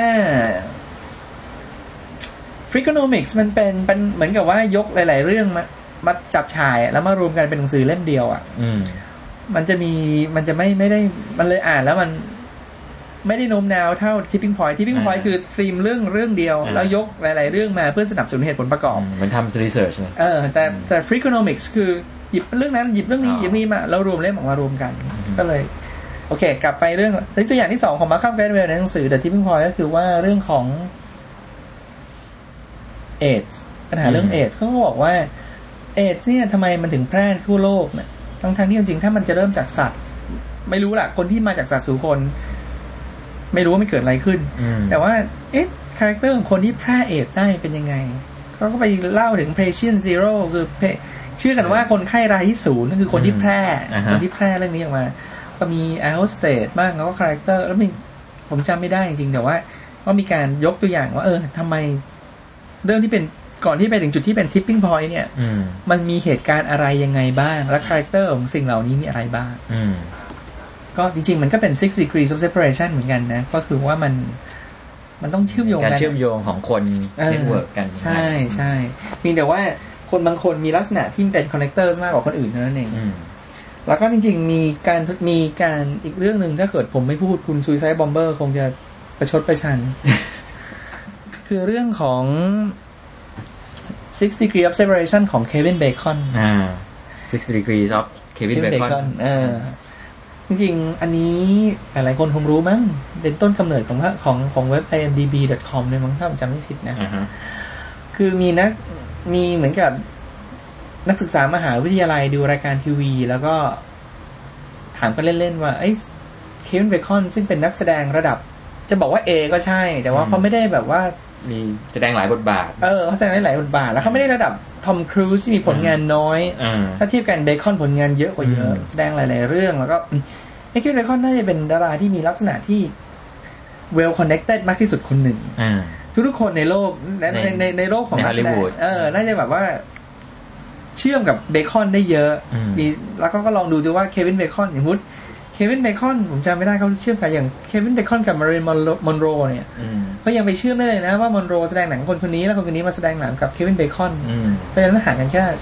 Freakonomics มันเป็นเหมือนกับว่ายกหลายๆเรื่องมาจับฉ่ายแล้วมารวมกันเป็นหนังสือเล่มเดียวมันจะไม่ได้มันเลยอ่านแล้วมันไม่ได้โน้มน้าวเท่า Tipping Point Tipping Point คือธีมเรื่องเดียวแล้วยกหลายๆเรื่องมาเพื่อสนับสนุนเหตุผลประกอบเหมือนทำ research นะแต่ Freakonomics คือหยิบเรื่องนั้นหยิบเรื่องนี้หยิบนี้มาแล้วรวมเล่มออกมารวมกันก็เลยโอเคกลับไปเรื่องตัวอย่างที่2ของมาคัม แกลดเวลในหนังสือ The Tipping Point ก็คือว่าเรื่องของเอดส์ปัญหาเรื่องเอดส์เขาก็บอกว่าเอดส์เนี่ยทำไมมันถึงแพร่ทั่วโลกเนี่ยทั้งที่จริงๆถ้ามันจะเริ่มจากสัตว์ไม่รู้ล่ะคนที่มาจากสัตว์สู่คนไม่รู้ว่ามันเกิดอะไรขึ้นแต่ว่าคาแรคเตอร์ของคนที่แพร่เอดส์ได้เป็นยังไงเขาก็ไปเล่าถึง patient zero คือเชื่อกันว่าคนไข้รายที่0ก็คือคนที่แพร่คนที่แพร่เรื่องนี้ออกมาก็มี air hostess บ้างแล้วก็คาแรคเตอร์แล้วผมจำไม่ได้จริงๆแต่ว่ามีการยกตัวอย่างว่าทำไมเรื่องที่เป็นก่อนที่ไปถึงจุดที่เป็น tipping point เนี่ยมันมีเหตุการณ์อะไรยังไงบ้างและคาแรคเตอร์ของสิ่งเหล่านี้มีอะไรบ้างก็จริงๆมันก็เป็น 6 degrees of separation เหมือนกันนะก็คือว่ามันต้องเชื่อมโยงกันการเชื่อมโยงของคนเน็ตเวิร์กกันใช่ใช่เพียงแต่ว่าคนบางคนมีลักษณะที่เป็น connectors มากกว่าคนอื่นเท่านั้นเองแล้วก็จริงๆมีการอีกเรื่องนึงถ้าเกิดผมไม่พูดคุณ Suicide Bomber คงจะประชดประชัน คือเรื่องของ 6 degrees of separation ของ Kevin Bacon 6 degrees of Kevin Bacon จริงๆอันนี้หลายๆคนคงรู้มั้งเป็นต้นกำเนิดของเว็บ imdb.com เลยมั้งถ้าผมจำไม่ผิดนะคือมีเหมือนกับนักศึกษามหาวิทยาลัยดูรายการทีวีแล้วก็ถามกันเล่นๆว่าเควินเบคอนซึ่งเป็นนักแสดงระดับจะบอกว่า A ก็ใช่แต่ว่าเขาไม่ได้แบบว่ามีแสดงหลายบทบาทเขาแสดงได้หลายบทบาทแล้วเขาไม่ได้ระดับทอมครูซที่มีผลงานน้อยถ้าเทียบกันเบคอนผลงานเยอะกว่าเยอะแสดงหลายๆเรื่องแล้วก็เควินเบคอนน่าจะเป็นดาราที่มีลักษณะที่ well connected มากที่สุดคนหนึ่งทุกคนในโลกในโลกของฮอลลีวูดน่าจะแบบว่าเชื่อมกับเบคอนได้เยอะมีแล้วก็ลองดูซิว่าเควินเบคอนอย่างมุดเควินเบคอนผมจำไม่ได้เขาเชื่อมกันอย่างเควินเบคอนกับมาริลมอนโรเนี่ยเขายังไปเชื่อมได้เลยนะว่ามอนโรแสดงหนังคนนี้แล้วคนนี้มาแสดงหนังกับเควินเบคอนเพราะฉะนั้นห่างกันแค่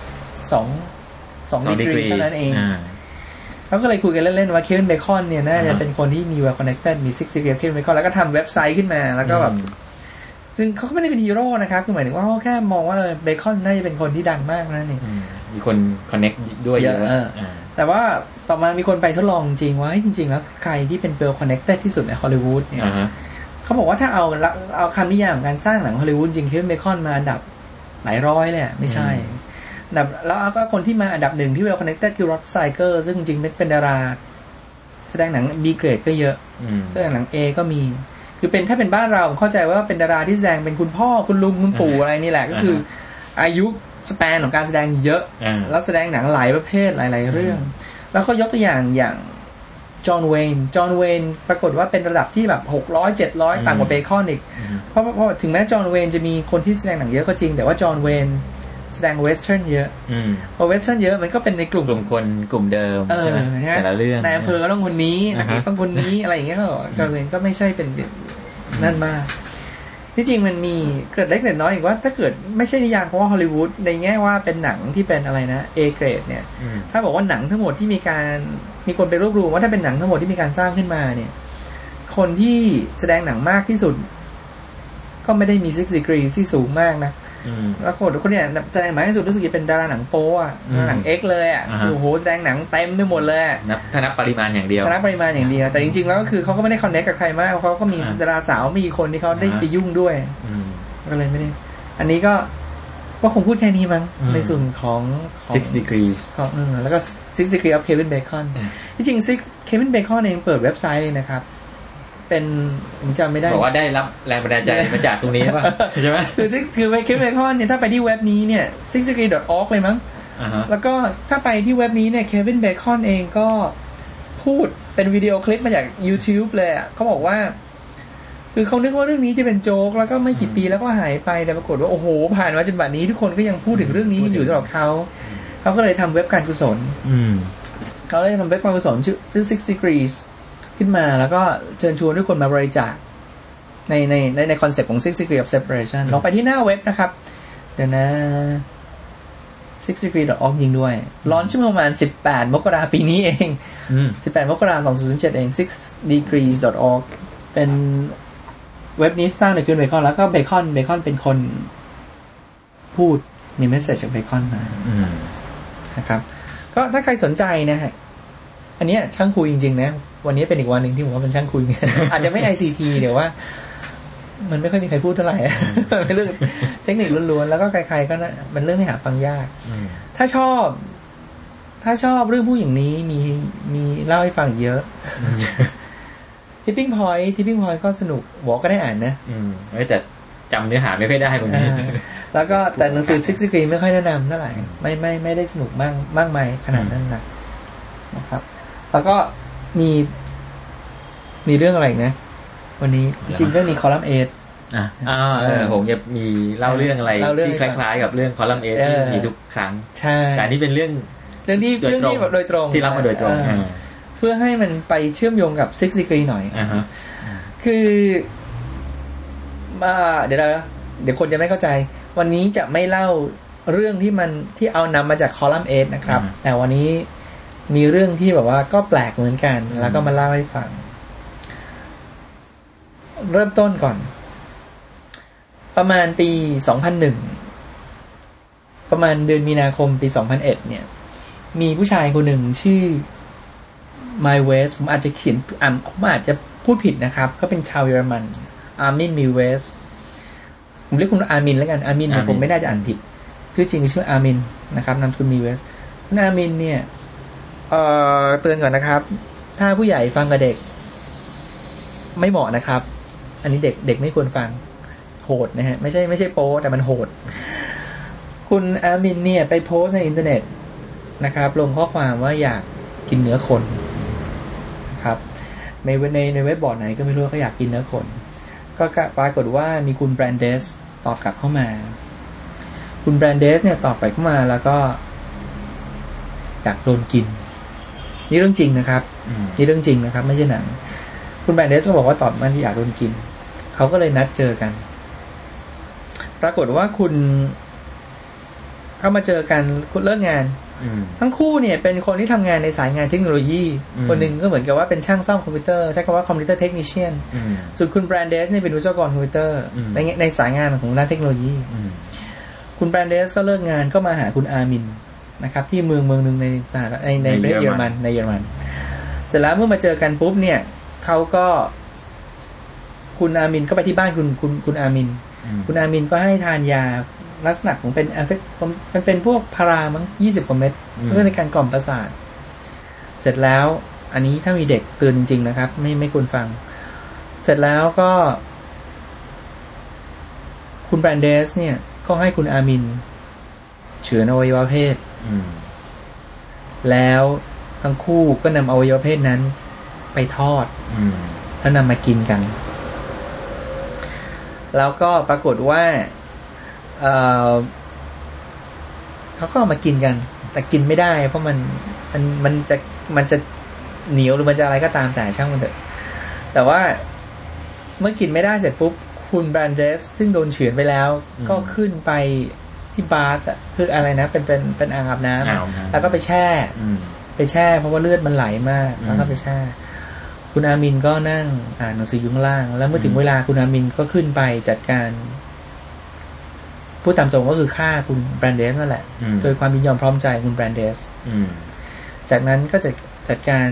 2ดีกรีเท่านั้นเองเขาก็เลยคุยกันเล่นๆว่าเควินเบคอนเนี่ยน่าจะเป็นคนที่มี well connected มี6 degree of Kevin Bacon แล้วก็ทำเว็บไซต์ขึ้นมาแล้วก็แบบซึ่งเขาก็ไม่ได้เป็นฮีโร่นะครับคือหมายถึงว่าเขาแค่มองว่าเบคอนน่าจะเป็นคนที่ดังมากนั่นเองมีคน connect ด้วยเยอะแต่ว่าต่อมามีคนไปทดลองจริงว่าจริงๆแล้วใครที่เป็น well connected ที่สุดในฮอลลีวูดเนี่ยเขาบอกว่าถ้าเอาคำนิยามของการสร้างหนังฮอลลีวูดจริงเควินเบคอนมาอันดับหลายร้อยเลยไม่ใช่แล้วก็คนที่มาอันดับหนึ่งที่ well connected คือ Rod Steiger ซึ่งจริงๆเป็นดาราแสดงหนัง B grade ก็เยอะแสดงหนัง A ก็มีคือเป็นถ้าเป็นบ้านเราเข้าใจว่าเป็นดาราที่แสดงเป็นคุณพ่อคุณลุงคุณปู่อะไรนี่แหละก็คืออายุสแปนของการแสดงเยอะแล้วแสดงหนังหลายประเภทหลายๆเรื่องแล้วก็ยกตัวอย่างจอห์นเวนปรากฏว่าเป็นระดับที่แบบ600 700ต่างกว่าเบคอนอีกเพราะถึงแม้จอห์นเวนจะมีคนที่แสดงหนังเยอะก็จริงแต่ว่าจอห์นเวนแสดงเวสเทิร์นเยอะพอเวสเทิร์นเยอะมันก็เป็นในกลุ่มคนกลุ่มเดิมใช่ไหมแต่ละเรื่องนายอำเภอต้องคนนี้ต้องคนนี้อะไรอย่างเงี้ยก็จอห์นเวนก็ไม่ใช่เป็นนั่นมากที่จริงมันมีเกิดเล็กเกิดน้อยอีกว่าถ้าเกิดไม่ใช่นิยามเพราะว่าฮอลลีวูดในแง่ว่าเป็นหนังที่เป็นอะไรนะ A grade เนี่ยถ้าบอกว่าหนังทั้งหมดที่มีคนไปรวบรวมว่าถ้าเป็นหนังทั้งหมดที่มีการสร้างขึ้นมาเนี่ยคนที่แสดงหนังมากที่สุดก็ไม่ได้มี6 degree ที่สูงมากนะแล้วคนเนี่ยแสดงหนังที่สุดรู้สึกจะเป็นดาราหนังโป๊อ่ะหนัง X เลยอ่ะโอ้โหแสดงหนังเต็มไปหมดเลยถ้านับปริมาณอย่างเดียวแต่จริงๆแล้วก็คือเขาก็ไม่ได้คอนเนคกับใครมากเขาก็มีดาราสาวมีคนที่เขาได้ไปยุ่งด้วยก็เลยไม่ได้อันนี้ก็คงพูดแค่นี้มั้งในส่วนของ 6 degrees ของแล้วก็6 degree of Kevin Bacon ที่จริงKevin Bacon เองเปิดเว็บไซต์เลยนะครับเป็นผมจำไม่ได้บอกว่าได้รับแรงบันดาลใจมาจากตรงนี้ป่ะใช่ไหมคือไปKevin Baconเนี่ยถ้าไปที่เว็บนี้เนี่ย 6degree.org เลยมั้งแล้วก็ถ้าไปที่เว็บนี้เนี่ย Kevin Bacon เองก็พูดเป็นวิดีโอคลิปมาจาก YouTube เลยอ่ะเขาบอกว่าคือเขานึกว่าเรื่องนี้จะเป็นโจ๊กแล้วก็ไม่กี่ปีแล้วก็หายไปแต่ปรากฏว่าโอ้โหผ่านมาจนบัดนี้ทุกคนก็ยังพูดถึงเรื่องนี้อยู่สำหรับเขาก็เลยทำเว็บการกุศลเขาเลยทำเว็บการกุศลชื่อ6 degreesขึ้นมาแล้วก็เชิญชวนทุกคนมาบริจาคในคอนเซ็ปต์ของ6 degree of separation ลองไปที่หน้าเว็บนะครับเดี๋ยวนะ 6degree.org จริงด้วยลอนช์ประมาณ18 มกราคมปีนี้เอง18 มกราคม 2007 เอง 6degrees.org เป็นเว็บนี้สร้างโดยคุณเบคอนแล้วก็เบคอนเป็นคนพูดในเมสเสจจากเบคอนมานะครับก็ถ้าใครสนใจนะฮะอันนี้ช่างคุยจริงๆนะวันนี้เป็นอีกวันหนึ่งที่ผมว่าเป็นช่างคุย อาจจะไม่ ICT เดี๋ยวว่ามันไม่ค่อยมีใครพูดเท่าไหร่ เป็นเรื่องเทคนิคล้วนๆแล้วก็ใครๆก็มันเรื่องที่หาฟังยากถ้าชอบเรื่องผู้อย่างนี้มีเล่าให้ฟังเยอะ Tipping Point ก็สนุกบอกก็ได้อ่านนะแต่จำเนื้อหาไม่ค่อยได้ผมนี้แล้วก็แต่หนังสือ6 degree ไม่ค่อยแนะนำเท่าไหร่ไม่ได้สนุกมากมายขนาดนั้นนะครับแล้วก็มีเรื่องอะไรนะวันนี้จริงเรื่องนี้คอลัมน์8 ผมจะมีเล่าเรื่องอะไรที่คล้ายๆกับเรื่องคอลัมน์8ที่มีทุกครั้งใช่แต่นี่เป็นเรื่องที่แบบโดยตรงที่รับมาโดยตรงเพื่อให้มันไปเชื่อมโยงกับ6 degree หน่อยคือเดี๋ยวคนจะไม่เข้าใจวันนี้จะไม่เล่าเรื่องที่เอานำมาจากคอลัมน์8นะครับแต่วันนี้มีเรื่องที่แบบว่าก็แปลกเหมือนกันแล้วก็มาเล่าให้ฟังเริ่มต้นก่อนประมาณปี 2001ประมาณเดือนมีนาคมปี 2001เนี่ยมีผู้ชายคนหนึ่งชื่อ My West ผมอาจจะผมอาจจะพูดผิดนะครับก็เป็นชาวเยอรมันอาร์มิน มิเวสผมเรียกคุณอาร์มินแล้วกันอาร์มินผมไม่น่าจะอ่านผิดชื่อจริงชื่ออาร์มินนะครับนามสกุลมีเวสคุณอามินเนี่ยเตือนก่อนนะครับถ้าผู้ใหญ่ฟังกับเด็กไม่เหมาะนะครับอันนี้เด็กไม่ควรฟังโหดนะฮะไม่ใช่โป๊แต่มันโหดคุณอามินเนี่ยไปโพสในอินเทอร์เน็ตนะครับลงข้อความว่าอยากกินเนื้อคนครับในเว็บบอร์ดไหนก็ไม่รู้ก็อยากกินเนื้อคนก็ปรากฏว่ามีคุณแบรนเดสตอบกลับเข้ามาคุณแบรนเดสเนี่ยตอบไปเข้ามาแล้วก็อยากโดนกินนี่เรื่องจริงนะครับนี่เรื่องจริงนะครับไม่ใช่หนังคุณแบรนเดสก็บอกว่าตอบมาที่อยากโดนกินเขาก็เลยนัดเจอกันปรากฏว่าคุณเข้ามาเจอกันคุณเลิกงานทั้งคู่เนี่ยเป็นคนที่ทำงานในสายงานเทคโนโลยีคนหนึ่งก็เหมือนกับว่าเป็นช่างซ่อมคอมพิวเตอร์ใช้คำว่าคอมพิวเตอร์เทคนิเชียนส่วนคุณแบรนเดสเนี่ยเป็นวิศวกรคอมพิวเตอร์ในสายงานของด้านเทคโนโลยีคุณแบรนเดสก็เลิกงานก็มาหาคุณอามินนะครับที่เมืองนึงในสหรัฐในประเทศเยอรมันเสร็จแล้วเมื่อมาเจอกันปุ๊บเนี่ยเขาก็คุณอามินก็ไปที่บ้านคุณอามินคุณอามินก็ให้ทานยาลักษณะของมันเป็นพวกพารามั้ง20 กว่าเม็ดเพื่อในการกล่อมประสาทเสร็จแล้วอันนี้ถ้ามีเด็กเตือนจริงๆนะครับไม่ควรฟังเสร็จแล้วก็คุณแบรนเดสเนี่ยก็ให้คุณอามินเฉือนอวัยวะเพศแล้วทั้งคู่ก็นำอวัยวะเพศนั้นไปทอดแล้วนำมากินกันแล้วก็ปรากฏว่าเขาก็มากินกันแต่กินไม่ได้เพราะมันจะเหนียวหรือมันจะอะไรก็ตามแต่ช่างมันเถอะแต่ว่าเมื่อกินไม่ได้เสร็จปุ๊บคุณแบรนเดสซึ่งโดนเฉือนไปแล้วก็ขึ้นไปที่บาร์คืออะไรนะเป็นอ่างอาบน้ำแล้วก็ไปแช่เพราะว่าเลือดมันไหลมากแล้วก็ไปแช่คุณอามินก็นั่งอ่านหนังสืออยู่ข้างล่างแล้วเมื่อถึงเวลาคุณอามินก็ขึ้นไปจัดการพูดตามตรงก็คือฆ่าคุณแบรนเดสนั่นแหละโดยความยินยอมพร้อมใจคุณแบรนเดสจากนั้นก็จะจัดการ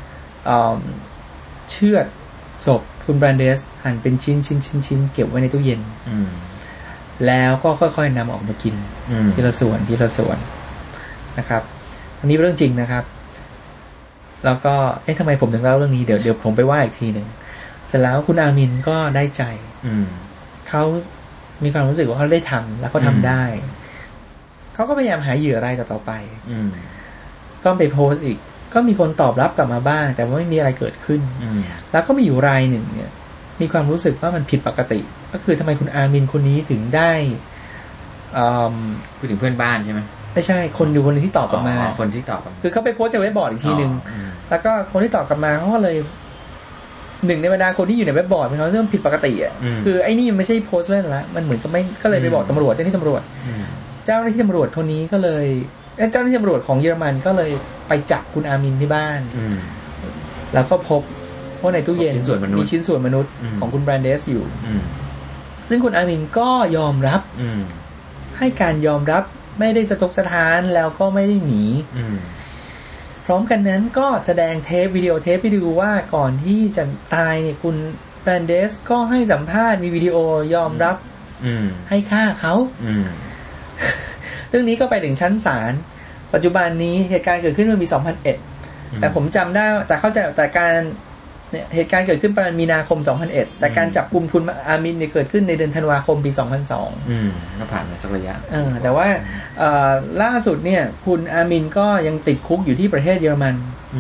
เชือดศพคุณแบรนเดสหั่นเป็นชิ้นเก็บไว้ในตู้เย็นแล้วก็ค่อยๆนำออกมากินทีละส่วนนะครับอันนี้เรื่องจริงนะครับแล้วก็ทำไมผมถึงเล่าเรื่องนี้เดี๋ยวผมไปว่าอีกทีนึงเสร็จแล้วคุณอามินก็ได้ใจเขามีความรู้สึกว่าเขาได้ทำแล้วก็ทำได้เขาก็พยายามหาเหยื่อรายต่อไปก็ไปโพสต์อีกก็มีคนตอบรับกลับมาบ้างแต่ว่าไม่มีอะไรเกิดขึ้นแล้วก็มีอยู่รายหนึ่งเนี่ยมีความรู้สึกว่ามันผิดปกติก็คือทำไมคุณอามินคนนี้ถึงได้พูดถึงเพื่อนบ้านใช่ไหมไม่ใช่คนดูคนนึงที่ตอบกลับมาคนที่ตอบกลับมาคือเขาไปโพสต์ในเว็บบอร์ดอีกทีนึงแล้วก็คนที่ตอบกลับมาเขาก็เลยหนึ่งในบรรดาคนที่อยู่ในเว็บบอร์ดเป็นเขาเรื่องผิดปกติอ่ะคือไอ้นี่มันไม่ใช่โพสต์เล่นละมันเหมือนกับไม่ก็เลยไปบอกตำรวจเจ้าหน้าที่ตำรวจคนนี้ก็เลยเจ้าหน้าที่ตำรวจของเยอรมันก็เลยไปจับคุณอามินที่บ้านแล้วก็พบว่าในตู้เย็นมีชิ้นส่วนมนุษย์ของคุณแบรนเดสอยู่ซึ่งคุณอามินก็ยอมรับให้การยอมรับไม่ได้สะทกสะท้านแล้วก็ไม่ได้หนีพร้อมกันนั้นก็แสดงวิดีโอเทปให้ดูว่าก่อนที่จะตายเนี่ยคุณแบรนเดสก็ให้สัมภาษณ์มีวิดีโอยอมรับให้ฆ่าเขาเรื่องนี้ก็ไปถึงชั้นศาลปัจจุบันนี้เหตุการณ์เกิดขึ้นเมื่อปี 2001 แต่ผมจำได้แต่เข้าใจแต่การเหตุการณ์เกิดขึ้นประมาณมีนาคม 2001 แต่การจับกุมคุณอามินเนี่ยเกิดขึ้นในเดือนธันวาคมปี 2002 ก็ผ่านมาสักระยะแต่ว่าล่าสุดเนี่ยคุณอามินก็ยังติดคุกอยู่ที่ประเทศเยอรมัน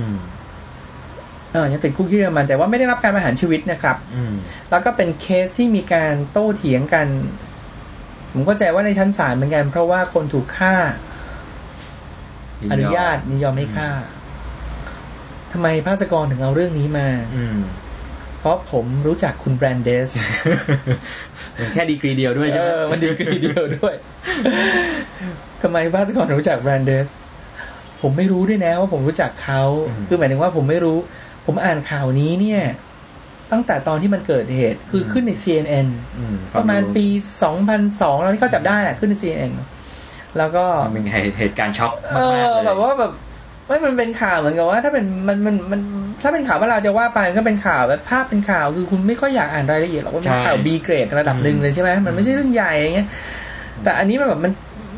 ยังติดคุกที่เยอรมันแต่ว่าไม่ได้รับการประหารชีวิตนะครับแล้วก็เป็นเคสที่มีการโต้เถียงกันผมเข้าใจว่าในชั้นศาลเหมือนกันเพราะว่าคนถูกฆ่าอนุญาตยินยอมให้ฆ่าทำไมภาสกรถึงเอาเรื่องนี้มาเพราะผมรู้จักคุณแบรนเดสแค่ดีกรีเดียวด้วยใช่ไหมมันดีกรีเดียวด้วยทำไมภาสกรรู้จักแบรนเดสผมไม่รู้ด้วยนะว่าผมรู้จักเขาคือหมายถึงว่าผมไม่รู้ผมอ่านข่าวนี้เนี่ยตั้งแต่ตอนที่มันเกิดเหตุคือขึ้นใน CNN ประมาณปี 2002แล้วที่เขาจับได้ขึ้นใน CNN แล้วก็เป็นเหตุการณ์ช็อกมากๆเลยแบบว่าแบบมันเป็นข่าวเหมือนกับว่าถ้าเป็นมันถ้าเป็นข่าวว่าเราจะว่าไปมันก็เป็นข่าวแบบภาพเป็นข่าวคือคุณไม่ค่อยอยากอ่านรายละเอียดหรอกว่าเป็นข่าว B เกรดระดับนึงเลยใช่ไหมมันไม่ใช่เรื่องใหญ่อย่างเงี้ยแต่อันนี้มันแบบมัน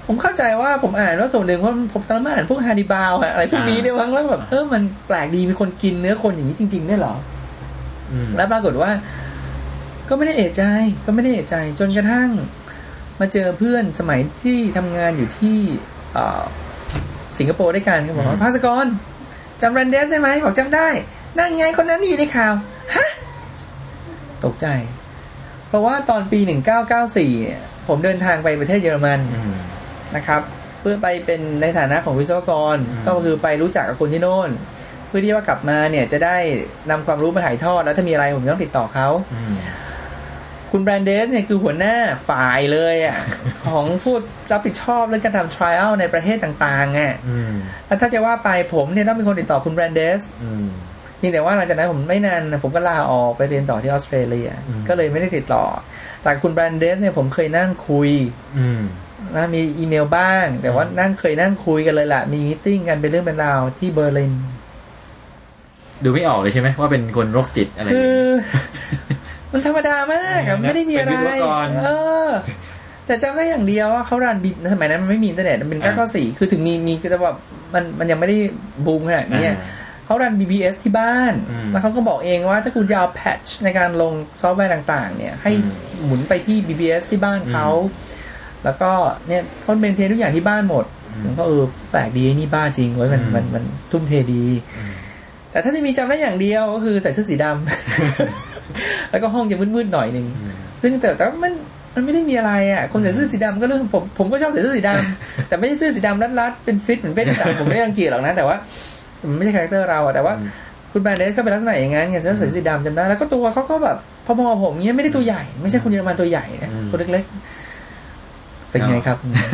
ผมเข้าใจว่าผมอ่านว่าส่วนหนึ่งว่าผมตอนนั้นอ่านพวกฮานิบาลอะไรพวกนี้เนี่ยมั้งแล้วแบบมันแปลกดีมีคนกินเนื้อคนอย่างนี้จริงๆได้เหรอแล้วปรากฏว่าก็ไม่ได้เอะใจจนกระทั่งมาเจอเพื่อนสมัยที่ทำงานอยู่ที่สิงคโปร์ด้วยกันเขาบอกว่าภาสกรจำแรนเดสได้ไหมบอกจำได้นั่นไงคนนั้นนี่ในข่าวฮะตกใจเพราะว่าตอนปี1994เนี่ยผมเดินทางไปประเทศเยอรมันนะครับเพื่อไปเป็นในฐานะของวิศวกรก็คือไปรู้จักกับคนที่โน่นเพื่อที่ว่ากลับมาเนี่ยจะได้นำความรู้มาถ่ายทอดแล้วถ้ามีอะไรผมจะต้องติดต่อเขาคุณแบรนเดสเนี่ยคือหัวหน้าฝ่ายเลยอ่ะ ของผู้รับผิดชอบเรื่องการทำ trial ในประเทศต่างๆอ่ะแล้วถ้าจะว่าไปผมเนี่ยต้องเป็นคนติดต่อคุณแบรนเดสนี่แต่ว่าหลังจากนั้นผมไม่นานผมก็ลาออกไปเรียนต่อที่ออสเตรเลียก็เลยไม่ได้ติดต่อแต่คุณแบรนเดสเนี่ยผมเคยนั่งคุยนะมีอีเมลบ้างแต่ว่าเคยนั่งคุยกันเลยล่ะมีมีตติ้งกันเป็นเรื่องเป็นราวที่เบอร์ลินดูไม่ออกเลยใช่ไหมว่าเป็นคนโรคจิตอะไรคือมันธรรมดามากอะไม่ได้มีอะไรแต่จำได้อย่างเดียวว่าเขารันสมัยนั้นมันไม่มีอินเทอร์เน็ตมันเป็น994คือถึงมีแต่ว่ามันยังไม่ได้บูมขนาดนี้เขารัน BBS ที่บ้านแล้วเขาก็บอกเองว่าถ้าคุณจะเอาแพทช์ในการลงซอฟต์แวร์ต่างๆเนี่ยให้หมุนไปที่ BBS ที่บ้านเขาแล้วก็เนี่ยเขาเมนเทนทุกอย่างที่บ้านหมดผมก็แปลกดีนี่บ้าจริงไว้มันทุ่มเทดีแต่ถ้าจะมีจำได้อย่างเดียวก็คือใส่เสื้อสีดำแล้วก็ห้องจะมืดๆหน่อยนึงซึ่งแต่มันไม่ได้มีอะไรอ่ะคนใส่เสื้อสีดำก็เรื่องผมก็ชอบใส่เสื้อสีดำแต่ไม่ใช่เสื้อสีดำรัดๆเป็นฟิตเหมือนเป็นต่างผมไม่ได้รังเกียจหรอกนะแต่ว่ามันไม่ใช่คาแรคเตอร์เราอะแต่ว่าคุณแบรนเดสก็เป็นลักษณะอย่างนั้นไงใส่เสื้อสีดำจำได้แล้วก็ตัวเขาก็แบบพอๆผมเงี้ยไม่ได้ตัวใหญ่ไม่ใช่คุณเยอรมันตัวใหญ่นะตัวเล็กๆเป็นไงครับ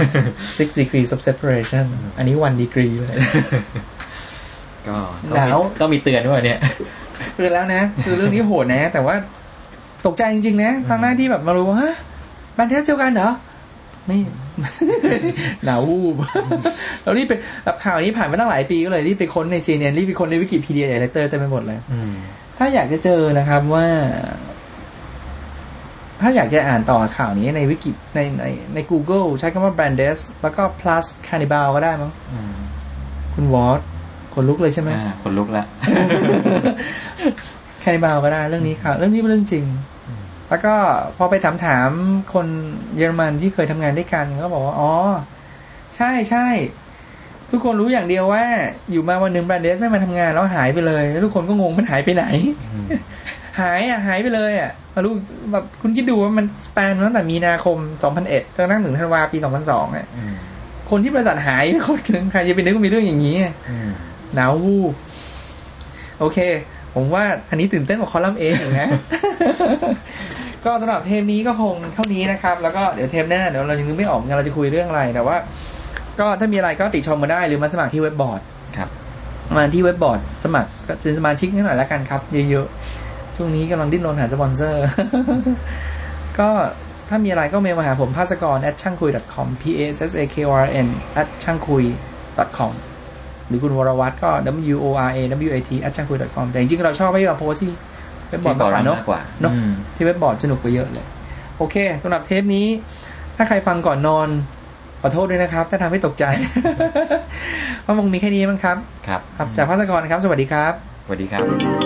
6 degrees of separation อันนี้1 degree เลยก็ต้องมีเตือนด้วยเนี่ยเตือนแล้วนะคือเรื่องนี้โหดนะแต่ว่าตกใจจริงๆนะทางหน้าที่แบบมารู้ว่าฮะแบรนเดสเดียวกันเหรอไม่หนาววูบเรารีบไปรับข่าวนี้ผ่านมาตั้งหลายปีก็เลยรีบไปค้นใน CNN รีบไปค้นในวิกิพีเดียเลคเตอร์เต็มไปหมดเลยถ้าอยากจะเจอนะครับว่าถ้าอยากจะอ่านต่อข่าวนี้ในวิกิใน Google ใช้คำว่า Brandes แล้วก็ plus Cannibal ก็ได้มั้งคุณวอตคนลุกเลยใช่ไหมคนลุกแล้ว Cannibal ก็ได้เรื่องนี้ค่ะเรื่องนี้เป็นเรื่องจริงแล้วก็พอไปถามคนเยอรมันที่เคยทำงานด้วยกันก็บอกว่าอ๋อใช่ทุกคนรู้อย่างเดียวว่าอยู่มาวันหนึ่งแบรนเดสไม่มาทำงานแล้วหายไปเลยแล้วทุกคนก็งงมันหายไปไหน หายไปเลยอ่ะมารู้แบบคุณคิดดูว่ามันสแปนตั้งแต่มีนาคม2001จนถึงธันวาปี2002อ่ะคนที่บริษัทหายคนนึงใครจะไปนึกว่ามีเรื่องอย่างนี้หนาววูบโอเคผมว่าอันนี้ตื่นเต้นกว่าคอลัมน์เองนะ ก็สำหรับเทปนี้ก็คงเท่านี้นะครับแล้วก็เดี๋ยวเทปหน้าเดี๋ยวเรายังนึกไม่ออกกันเราจะคุยเรื่องอะไรแต่ว่าก็ถ้ามีอะไรก็ติชมมาได้หรือมาสมัครที่เว็บบอร์ดครับมาที่เว็บบอร์ดสมัครเป็นสมาชิกนิดหน่อยแล้วกันครับเยอะๆช่วงนี้กำลังดิ้นรนหาสปอนเซอร์ ก็ถ้ามีอะไรก็เมลมาหาผมpasakor@changkuy.com pasakor@changkuy.com หรือคุณวรวัฒน์ก็ WORAWAT@changkuy.com แต่จริงๆเราชอบให้มาโพสที่เว็บบอร์ดมากกว่าเนาะที่เว็บบอร์ดสนุกกว่าเยอะเลยโอเคสำหรับเทปนี้ถ้าใครฟังก่อนนอนขอโทษด้วยนะครับถ้าทำให้ตกใจเพราะมันมีแค่นี้มั้งครับครับจากภาสกรครับสวัสดีครับสวัสดีครับ